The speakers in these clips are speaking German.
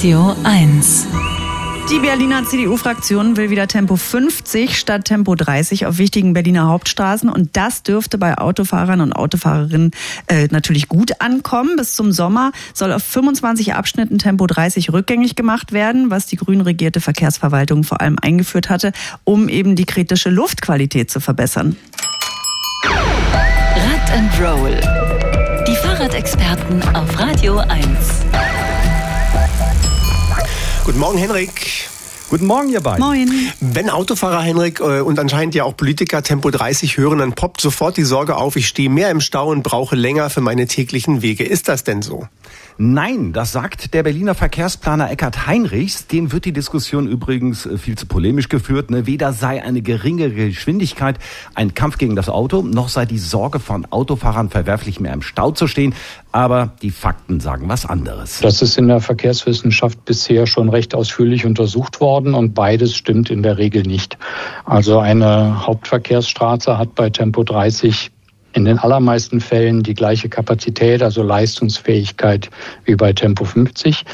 Radio 1. Die Berliner CDU-Fraktion will wieder Tempo 50 statt Tempo 30 auf wichtigen Berliner Hauptstraßen. Und das dürfte bei Autofahrern und Autofahrerinnen natürlich gut ankommen. Bis zum Sommer soll auf 25 Abschnitten Tempo 30 rückgängig gemacht werden, was die grün regierte Verkehrsverwaltung vor allem eingeführt hatte, um eben die kritische Luftqualität zu verbessern. Rad and Roll. Die Fahrradexperten auf Radio 1. Guten Morgen, Henrik. Guten Morgen, ihr beiden. Moin. Wenn Autofahrer, Henrik, und anscheinend ja auch Politiker Tempo 30 hören, dann poppt sofort die Sorge auf, ich stehe mehr im Stau und brauche länger für meine täglichen Wege. Ist das denn so? Nein, das sagt der Berliner Verkehrsplaner Eckhard Heinrichs. Dem wird die Diskussion übrigens viel zu polemisch geführt. Weder sei eine geringere Geschwindigkeit ein Kampf gegen das Auto, noch sei die Sorge von Autofahrern verwerflich, mehr im Stau zu stehen. Aber die Fakten sagen was anderes. Das ist in der Verkehrswissenschaft bisher schon recht ausführlich untersucht worden und beides stimmt in der Regel nicht. Also eine Hauptverkehrsstraße hat bei Tempo 30 in den allermeisten Fällen die gleiche Kapazität, also Leistungsfähigkeit wie bei Tempo 50.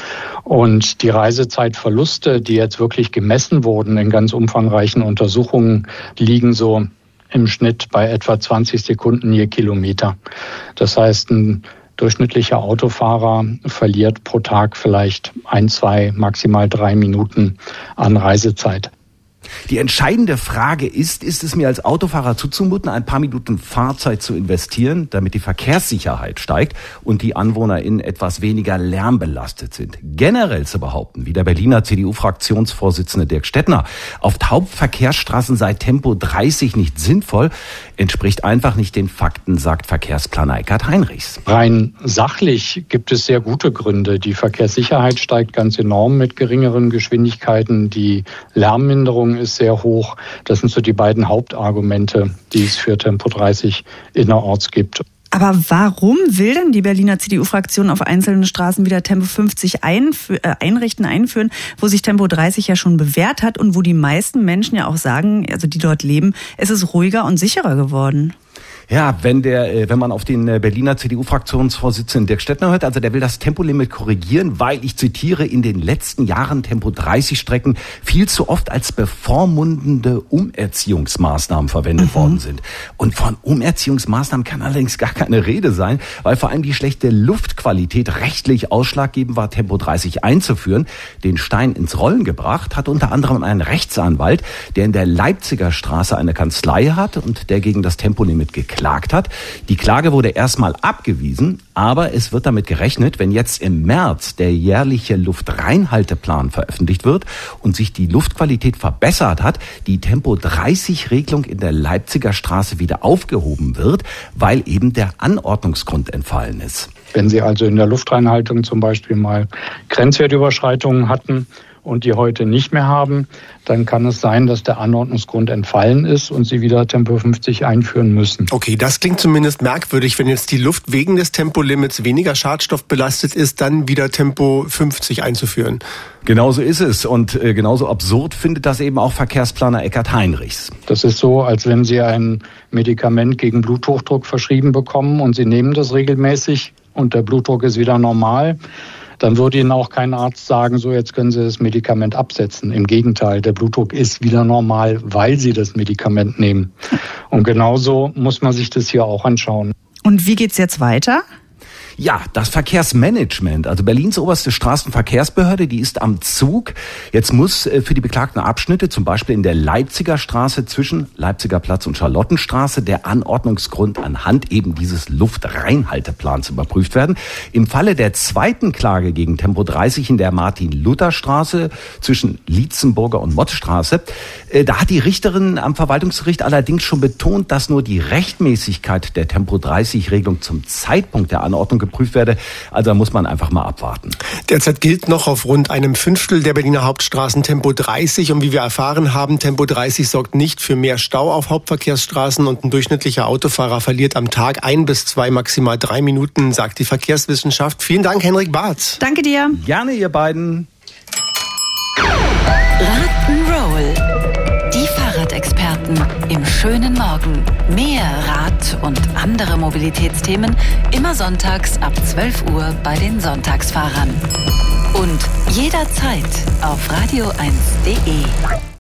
Und die Reisezeitverluste, die jetzt wirklich gemessen wurden in ganz umfangreichen Untersuchungen, liegen so im Schnitt bei etwa 20 Sekunden je Kilometer. Das heißt, ein durchschnittlicher Autofahrer verliert pro Tag vielleicht 1, 2, maximal 3 Minuten an Reisezeit. Die entscheidende Frage ist es mir als Autofahrer zuzumuten, ein paar Minuten Fahrzeit zu investieren, damit die Verkehrssicherheit steigt und die AnwohnerInnen etwas weniger lärmbelastet sind. Generell zu behaupten, wie der Berliner CDU-Fraktionsvorsitzende Dirk Stettner, auf Hauptverkehrsstraßen sei Tempo 30 nicht sinnvoll, entspricht einfach nicht den Fakten, sagt Verkehrsplaner Eckhard Heinrichs. Rein sachlich gibt es sehr gute Gründe. Die Verkehrssicherheit steigt ganz enorm mit geringeren Geschwindigkeiten. Die Lärmminderung ist sehr hoch. Das sind so die beiden Hauptargumente, die es für Tempo 30 innerorts gibt. Aber warum will denn die Berliner CDU-Fraktion auf einzelnen Straßen wieder Tempo 50 einführen, wo sich Tempo 30 ja schon bewährt hat und wo die meisten Menschen ja auch sagen, also die dort leben, es ist ruhiger und sicherer geworden? Ja, wenn man auf den Berliner CDU-Fraktionsvorsitzenden Dirk Stettner hört, also der will das Tempolimit korrigieren, weil, ich zitiere, in den letzten Jahren Tempo-30-Strecken viel zu oft als bevormundende Umerziehungsmaßnahmen verwendet worden sind. Und von Umerziehungsmaßnahmen kann allerdings gar keine Rede sein, weil vor allem die schlechte Luftqualität rechtlich ausschlaggebend war, Tempo 30 einzuführen. Den Stein ins Rollen gebracht hat unter anderem ein Rechtsanwalt, der in der Leipziger Straße eine Kanzlei hat und der gegen das Tempolimit geklagt hat. Die Klage wurde erstmal abgewiesen, aber es wird damit gerechnet, wenn jetzt im März der jährliche Luftreinhalteplan veröffentlicht wird und sich die Luftqualität verbessert hat, die Tempo-30-Regelung in der Leipziger Straße wieder aufgehoben wird, weil eben der Anordnungsgrund entfallen ist. Wenn Sie also in der Luftreinhaltung zum Beispiel mal Grenzwertüberschreitungen hatten und die heute nicht mehr haben, dann kann es sein, dass der Anordnungsgrund entfallen ist und Sie wieder Tempo 50 einführen müssen. Okay, das klingt zumindest merkwürdig, wenn jetzt die Luft wegen des Tempolimits weniger schadstoffbelastet ist, dann wieder Tempo 50 einzuführen. Genauso ist es und genauso absurd findet das eben auch Verkehrsplaner Eckhard Heinrichs. Das ist so, als wenn Sie ein Medikament gegen Bluthochdruck verschrieben bekommen und Sie nehmen das regelmäßig und der Blutdruck ist wieder normal. Dann würde Ihnen auch kein Arzt sagen, so jetzt können Sie das Medikament absetzen. Im Gegenteil, der Blutdruck ist wieder normal, weil Sie das Medikament nehmen. Und genauso muss man sich das hier auch anschauen. Und wie geht's jetzt weiter? Ja, das Verkehrsmanagement, also Berlins oberste Straßenverkehrsbehörde, die ist am Zug. Jetzt muss für die beklagten Abschnitte, zum Beispiel in der Leipziger Straße zwischen Leipziger Platz und Charlottenstraße, der Anordnungsgrund anhand eben dieses Luftreinhalteplans überprüft werden. Im Falle der zweiten Klage gegen Tempo 30 in der Martin-Luther-Straße zwischen Lietzenburger und Mottstraße, da hat die Richterin am Verwaltungsgericht allerdings schon betont, dass nur die Rechtmäßigkeit der Tempo 30-Regelung zum Zeitpunkt der Anordnung geprüft werde. Also da muss man einfach mal abwarten. Derzeit gilt noch auf rund einem Fünftel der Berliner Hauptstraßen Tempo 30. Und wie wir erfahren haben, Tempo 30 sorgt nicht für mehr Stau auf Hauptverkehrsstraßen. Und ein durchschnittlicher Autofahrer verliert am Tag 1 bis 2, maximal 3 Minuten, sagt die Verkehrswissenschaft. Vielen Dank, Henrik Barth. Danke dir. Gerne, ihr beiden. Rock'n'Roll. Die Fahrradexperten im schönen Morgen. Mehr Rad und andere Mobilitätsthemen immer sonntags ab 12 Uhr bei den Sonntagsfahrern. Und Jederzeit auf radio1.de.